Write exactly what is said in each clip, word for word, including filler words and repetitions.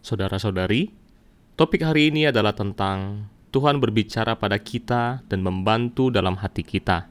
Saudara-saudari, topik hari ini adalah tentang Tuhan berbicara pada kita dan membantu dalam hati kita.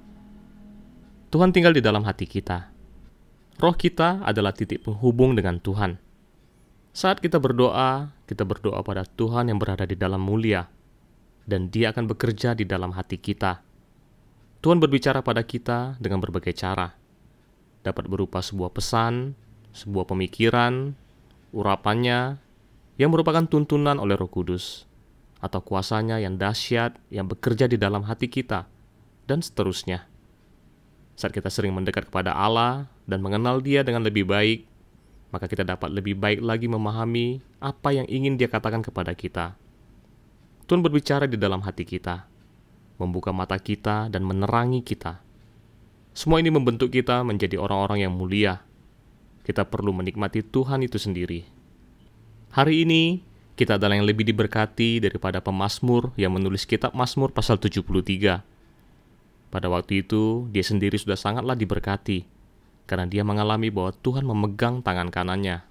Tuhan tinggal di dalam hati kita. Roh kita adalah titik penghubung dengan Tuhan. Saat kita berdoa, kita berdoa pada Tuhan yang berada di dalam mulia, dan Dia akan bekerja di dalam hati kita. Tuhan berbicara pada kita dengan berbagai cara. Dapat berupa sebuah pesan, sebuah pemikiran, urapannya, yang merupakan tuntunan oleh Roh Kudus, atau kuasanya yang dahsyat yang bekerja di dalam hati kita, dan seterusnya. Saat kita sering mendekat kepada Allah dan mengenal Dia dengan lebih baik, maka kita dapat lebih baik lagi memahami apa yang ingin Dia katakan kepada kita. Tuhan berbicara di dalam hati kita, membuka mata kita dan menerangi kita. Semua ini membentuk kita menjadi orang-orang yang mulia. Kita perlu menikmati Tuhan itu sendiri. Hari ini, kita adalah yang lebih diberkati daripada pemazmur yang menulis kitab Mazmur pasal tujuh puluh tiga. Pada waktu itu, dia sendiri sudah sangatlah diberkati, karena dia mengalami bahwa Tuhan memegang tangan kanannya.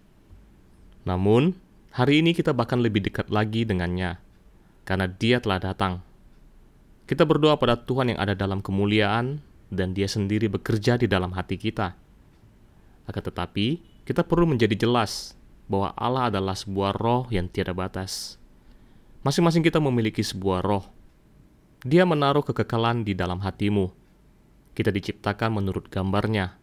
Namun, hari ini kita bahkan lebih dekat lagi dengannya, karena dia telah datang. Kita berdoa pada Tuhan yang ada dalam kemuliaan, dan dia sendiri bekerja di dalam hati kita. Akan tetapi, kita perlu menjadi jelas bahwa Allah adalah sebuah roh yang tiada batas. Masing-masing kita memiliki sebuah roh. Dia menaruh kekekalan di dalam hatimu. Kita diciptakan menurut gambarnya.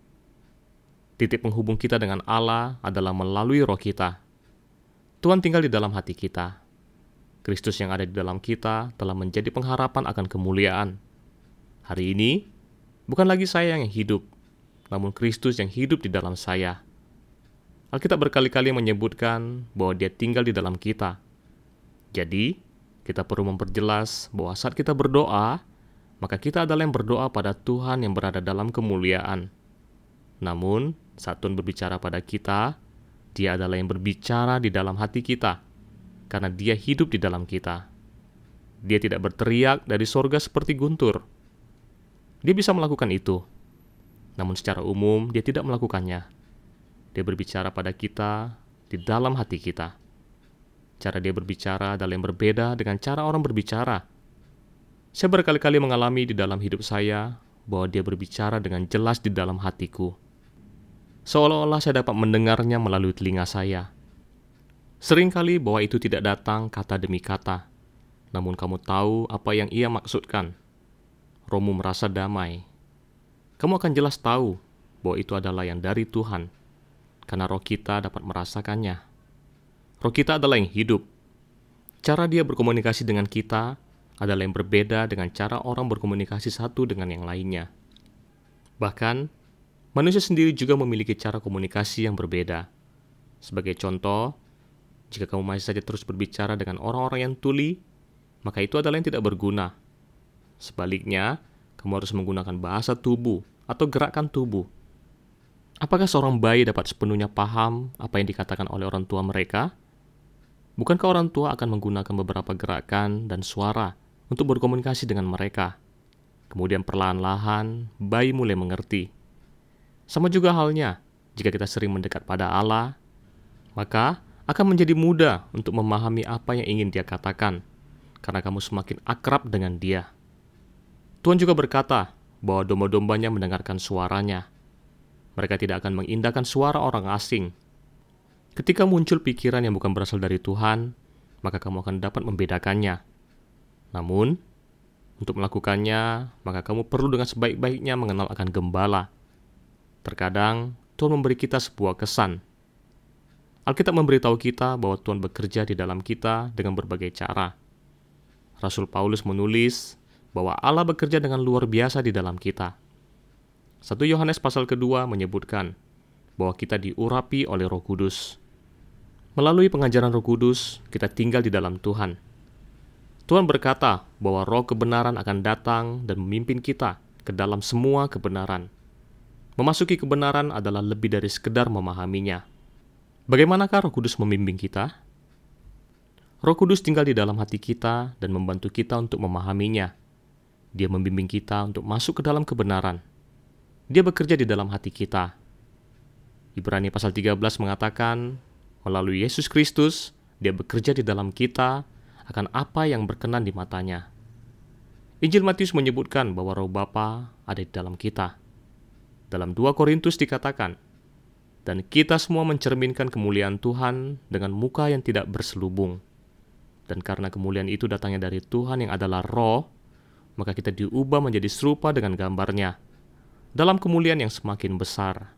Titik penghubung kita dengan Allah adalah melalui roh kita. Tuhan tinggal di dalam hati kita. Kristus yang ada di dalam kita telah menjadi pengharapan akan kemuliaan. Hari ini, bukan lagi saya yang hidup, namun Kristus yang hidup di dalam saya. Alkitab berkali-kali menyebutkan bahwa Dia tinggal di dalam kita. Jadi, kita perlu memperjelas bahwa saat kita berdoa, maka kita adalah yang berdoa pada Tuhan yang berada dalam kemuliaan. Namun, saat Tuhan berbicara pada kita, Dia adalah yang berbicara di dalam hati kita, karena Dia hidup di dalam kita. Dia tidak berteriak dari sorga seperti guntur. Dia bisa melakukan itu, namun secara umum Dia tidak melakukannya. Dia berbicara pada kita di dalam hati kita. Cara Dia berbicara adalah yang berbeda dengan cara orang berbicara. Saya berkali-kali mengalami di dalam hidup saya bahwa Dia berbicara dengan jelas di dalam hatiku. Seolah-olah saya dapat mendengarnya melalui telinga saya. Seringkali bahwa itu tidak datang kata demi kata, namun kamu tahu apa yang Ia maksudkan. Rohmu merasa damai. Kamu akan jelas tahu bahwa itu adalah yang dari Tuhan, karena roh kita dapat merasakannya. Roh kita adalah yang hidup. Cara Dia berkomunikasi dengan kita adalah yang berbeda dengan cara orang berkomunikasi satu dengan yang lainnya. Bahkan, manusia sendiri juga memiliki cara komunikasi yang berbeda. Sebagai contoh, jika kamu masih saja terus berbicara dengan orang-orang yang tuli, maka itu adalah yang tidak berguna. Sebaliknya, kamu harus menggunakan bahasa tubuh atau gerakan tubuh. Apakah seorang bayi dapat sepenuhnya paham apa yang dikatakan oleh orang tua mereka? Bukankah orang tua akan menggunakan beberapa gerakan dan suara untuk berkomunikasi dengan mereka? Kemudian perlahan-lahan, bayi mulai mengerti. Sama juga halnya, jika kita sering mendekat pada Allah, maka akan menjadi mudah untuk memahami apa yang ingin Dia katakan, karena kamu semakin akrab dengan Dia. Tuhan juga berkata bahwa domba-dombanya mendengarkan suaranya. Mereka tidak akan mengindahkan suara orang asing. Ketika muncul pikiran yang bukan berasal dari Tuhan, maka kamu akan dapat membedakannya. Namun, untuk melakukannya, maka kamu perlu dengan sebaik-baiknya mengenal akan gembala. Terkadang, Tuhan memberi kita sebuah kesan. Alkitab memberitahu kita bahwa Tuhan bekerja di dalam kita dengan berbagai cara. Rasul Paulus menulis bahwa Allah bekerja dengan luar biasa di dalam kita. satu Yohanes pasal kedua menyebutkan bahwa kita diurapi oleh Roh Kudus. Melalui pengajaran Roh Kudus, kita tinggal di dalam Tuhan. Tuhan berkata bahwa Roh kebenaran akan datang dan memimpin kita ke dalam semua kebenaran. Memasuki kebenaran adalah lebih dari sekedar memahaminya. Bagaimanakah Roh Kudus membimbing kita? Roh Kudus tinggal di dalam hati kita dan membantu kita untuk memahaminya. Dia membimbing kita untuk masuk ke dalam kebenaran. Dia bekerja di dalam hati kita. Ibrani pasal tiga belas mengatakan, melalui Yesus Kristus, Dia bekerja di dalam kita akan apa yang berkenan di matanya. Injil Matius menyebutkan bahwa Roh Bapa ada di dalam kita. Dalam dua Korintus dikatakan, dan kita semua mencerminkan kemuliaan Tuhan dengan muka yang tidak berselubung. Dan karena kemuliaan itu datangnya dari Tuhan yang adalah Roh, maka kita diubah menjadi serupa dengan gambarnya, dalam kemuliaan yang semakin besar.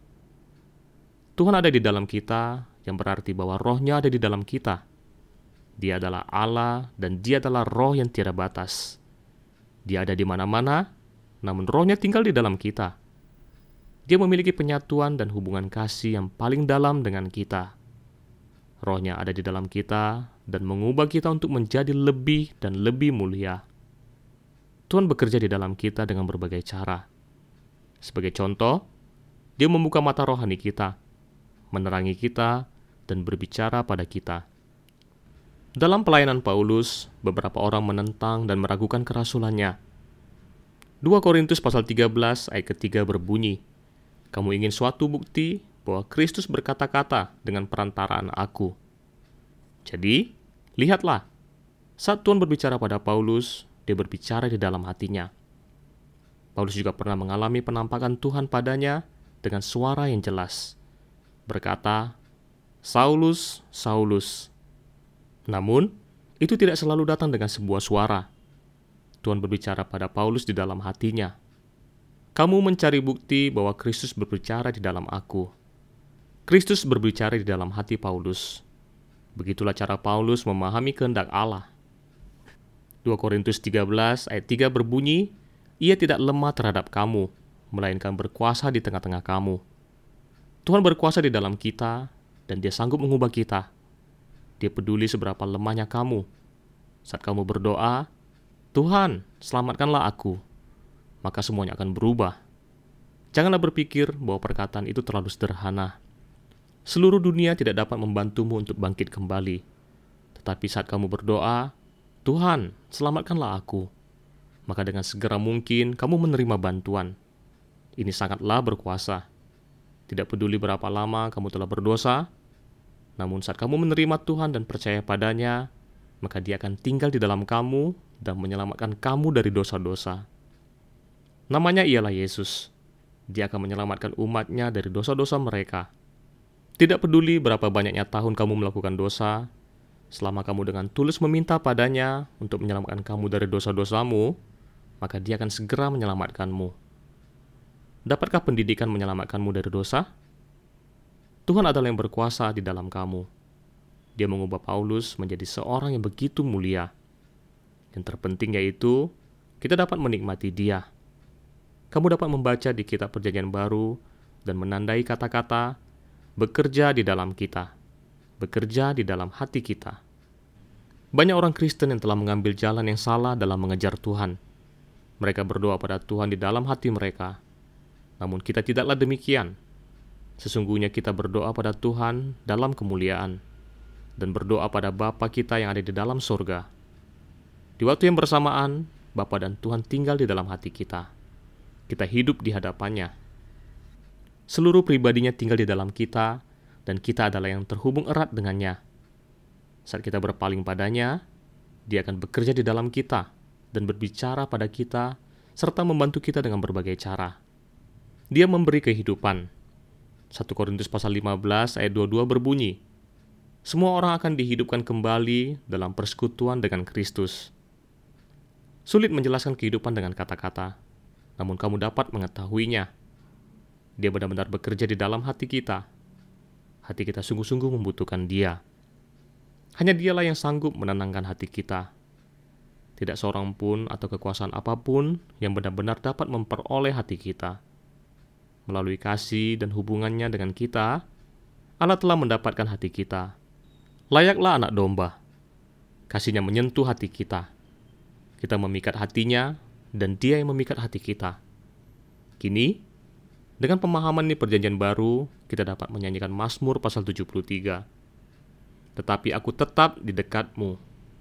Tuhan ada di dalam kita, yang berarti bahwa Roh-Nya ada di dalam kita. Dia adalah Allah dan Dia adalah Roh yang tiada batas. Dia ada di mana-mana, namun Roh-Nya tinggal di dalam kita. Dia memiliki penyatuan dan hubungan kasih yang paling dalam dengan kita. Roh-Nya ada di dalam kita dan mengubah kita untuk menjadi lebih dan lebih mulia. Tuhan bekerja di dalam kita dengan berbagai cara. Sebagai contoh, Dia membuka mata rohani kita, menerangi kita, dan berbicara pada kita. Dalam pelayanan Paulus, beberapa orang menentang dan meragukan kerasulannya. dua Korintus pasal tiga belas ayat ketiga berbunyi, "Kamu ingin suatu bukti bahwa Kristus berkata-kata dengan perantaraan aku." Jadi, lihatlah, saat Tuhan berbicara pada Paulus, Dia berbicara di dalam hatinya. Paulus juga pernah mengalami penampakan Tuhan padanya dengan suara yang jelas, berkata, "Saulus, Saulus." Namun, itu tidak selalu datang dengan sebuah suara. Tuhan berbicara pada Paulus di dalam hatinya. "Kamu mencari bukti bahwa Kristus berbicara di dalam aku." Kristus berbicara di dalam hati Paulus. Begitulah cara Paulus memahami kehendak Allah. dua Korintus tiga belas ayat tiga berbunyi, "Ia tidak lemah terhadap kamu, melainkan berkuasa di tengah-tengah kamu." Tuhan berkuasa di dalam kita, dan Dia sanggup mengubah kita. Dia peduli seberapa lemahnya kamu. Saat kamu berdoa, "Tuhan, selamatkanlah aku," maka semuanya akan berubah. Janganlah berpikir bahwa perkataan itu terlalu sederhana. Seluruh dunia tidak dapat membantumu untuk bangkit kembali. Tetapi saat kamu berdoa, "Tuhan, selamatkanlah aku," maka dengan segera mungkin kamu menerima bantuan. Ini sangatlah berkuasa. Tidak peduli berapa lama kamu telah berdosa, namun saat kamu menerima Tuhan dan percaya padanya, maka Dia akan tinggal di dalam kamu dan menyelamatkan kamu dari dosa-dosa. Namanya ialah Yesus. Dia akan menyelamatkan umatnya dari dosa-dosa mereka. Tidak peduli berapa banyaknya tahun kamu melakukan dosa, selama kamu dengan tulus meminta padanya untuk menyelamatkan kamu dari dosa-dosamu, maka Dia akan segera menyelamatkanmu. Dapatkah pendidikan menyelamatkanmu dari dosa? Tuhan adalah yang berkuasa di dalam kamu. Dia mengubah Paulus menjadi seorang yang begitu mulia. Yang terpenting yaitu, kita dapat menikmati Dia. Kamu dapat membaca di kitab Perjanjian Baru dan menandai kata-kata bekerja di dalam kita, bekerja di dalam hati kita. Banyak orang Kristen yang telah mengambil jalan yang salah dalam mengejar Tuhan. Mereka berdoa pada Tuhan di dalam hati mereka. Namun kita tidaklah demikian. Sesungguhnya kita berdoa pada Tuhan dalam kemuliaan dan berdoa pada Bapa kita yang ada di dalam surga. Di waktu yang bersamaan, Bapa dan Tuhan tinggal di dalam hati kita. Kita hidup di hadapannya. Seluruh pribadinya tinggal di dalam kita, dan kita adalah yang terhubung erat dengannya. Saat kita berpaling padanya, Dia akan bekerja di dalam kita dan berbicara pada kita, serta membantu kita dengan berbagai cara. Dia memberi kehidupan. satu Korintus pasal lima belas ayat dua puluh dua berbunyi, "Semua orang akan dihidupkan kembali dalam persekutuan dengan Kristus." Sulit menjelaskan kehidupan dengan kata-kata, namun kamu dapat mengetahuinya. Dia benar-benar bekerja di dalam hati kita. Hati kita sungguh-sungguh membutuhkan Dia. Hanya Dialah yang sanggup menenangkan hati kita. Tidak seorang pun atau kekuasaan apapun yang benar-benar dapat memperoleh hati kita. Melalui kasih dan hubungannya dengan kita, Allah telah mendapatkan hati kita. Layaklah anak domba. Kasih-Nya menyentuh hati kita. Kita memikat hatinya, dan Dia yang memikat hati kita. Kini, dengan pemahaman ini Perjanjian Baru, kita dapat menyanyikan Mazmur pasal tujuh puluh tiga. "Tetapi aku tetap di dekat-Mu."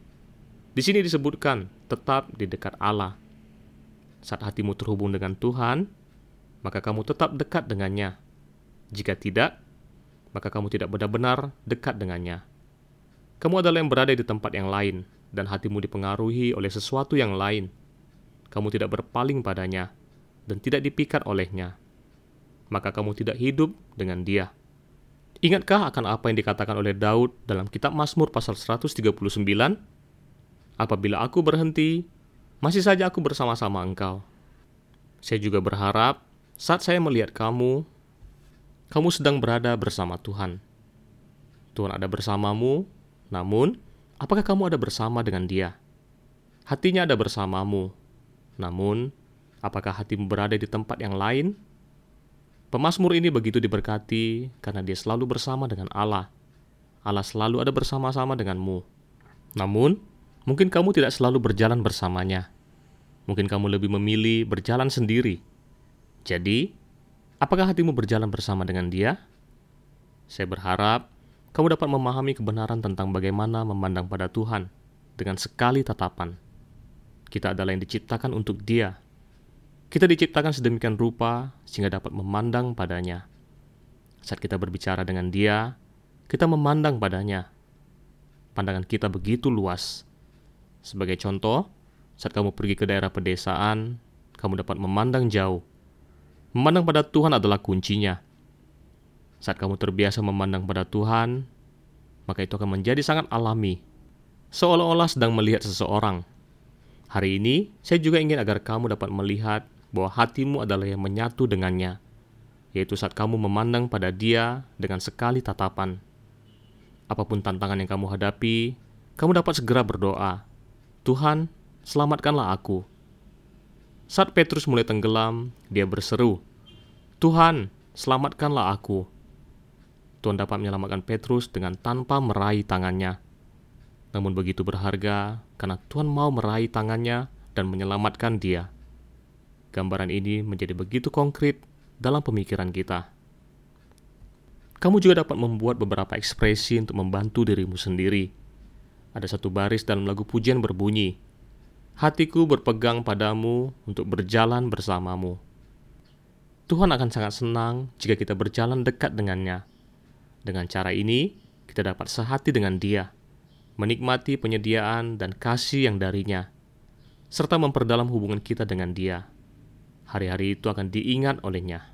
Di sini disebutkan, tetap di dekat Allah. Saat hatimu terhubung dengan Tuhan, maka kamu tetap dekat dengannya. Jika tidak, maka kamu tidak benar-benar dekat dengannya. Kamu adalah yang berada di tempat yang lain, dan hatimu dipengaruhi oleh sesuatu yang lain. Kamu tidak berpaling padanya, dan tidak dipikat olehnya. Maka kamu tidak hidup dengan dia. Ingatkah akan apa yang dikatakan oleh Daud dalam kitab Mazmur pasal seratus tiga puluh sembilan? Apabila aku berhenti, masih saja aku bersama-sama engkau. Saya juga berharap saat saya melihat kamu, kamu sedang berada bersama Tuhan. Tuhan ada bersamamu, namun apakah kamu ada bersama dengan dia? Hatinya ada bersamamu, namun apakah hatimu berada di tempat yang lain? Pemazmur ini begitu diberkati karena dia selalu bersama dengan Allah. Allah selalu ada bersama-sama denganmu. Namun, mungkin kamu tidak selalu berjalan bersamanya. Mungkin kamu lebih memilih berjalan sendiri. Jadi, apakah hatimu berjalan bersama dengan dia? Saya berharap kamu dapat memahami kebenaran tentang bagaimana memandang pada Tuhan dengan sekali tatapan. Kita adalah yang diciptakan untuk Dia. Kita diciptakan sedemikian rupa sehingga dapat memandang padanya. Saat kita berbicara dengan Dia, kita memandang padanya. Pandangan kita begitu luas. Sebagai contoh, saat kamu pergi ke daerah pedesaan, kamu dapat memandang jauh. Memandang pada Tuhan adalah kuncinya. Saat kamu terbiasa memandang pada Tuhan, maka itu akan menjadi sangat alami, seolah-olah sedang melihat seseorang. Hari ini, saya juga ingin agar kamu dapat melihat bahwa hatimu adalah yang menyatu dengannya, yaitu saat kamu memandang pada Dia dengan sekali tatapan. Apapun tantangan yang kamu hadapi, kamu dapat segera berdoa, Tuhan, selamatkanlah aku. Saat Petrus mulai tenggelam, dia berseru, Tuhan, selamatkanlah aku. Tuhan dapat menyelamatkan Petrus dengan tanpa meraih tangannya. Namun begitu berharga karena Tuhan mau meraih tangannya dan menyelamatkan dia. Gambaran ini menjadi begitu konkret dalam pemikiran kita. Kamu juga dapat membuat beberapa ekspresi untuk membantu dirimu sendiri. Ada satu baris dalam lagu pujian berbunyi, hatiku berpegang padamu untuk berjalan bersamamu. Tuhan akan sangat senang jika kita berjalan dekat dengannya. Dengan cara ini, kita dapat sehati dengan Dia, menikmati penyediaan dan kasih yang darinya, serta memperdalam hubungan kita dengan Dia. Hari-hari itu akan diingat olehnya.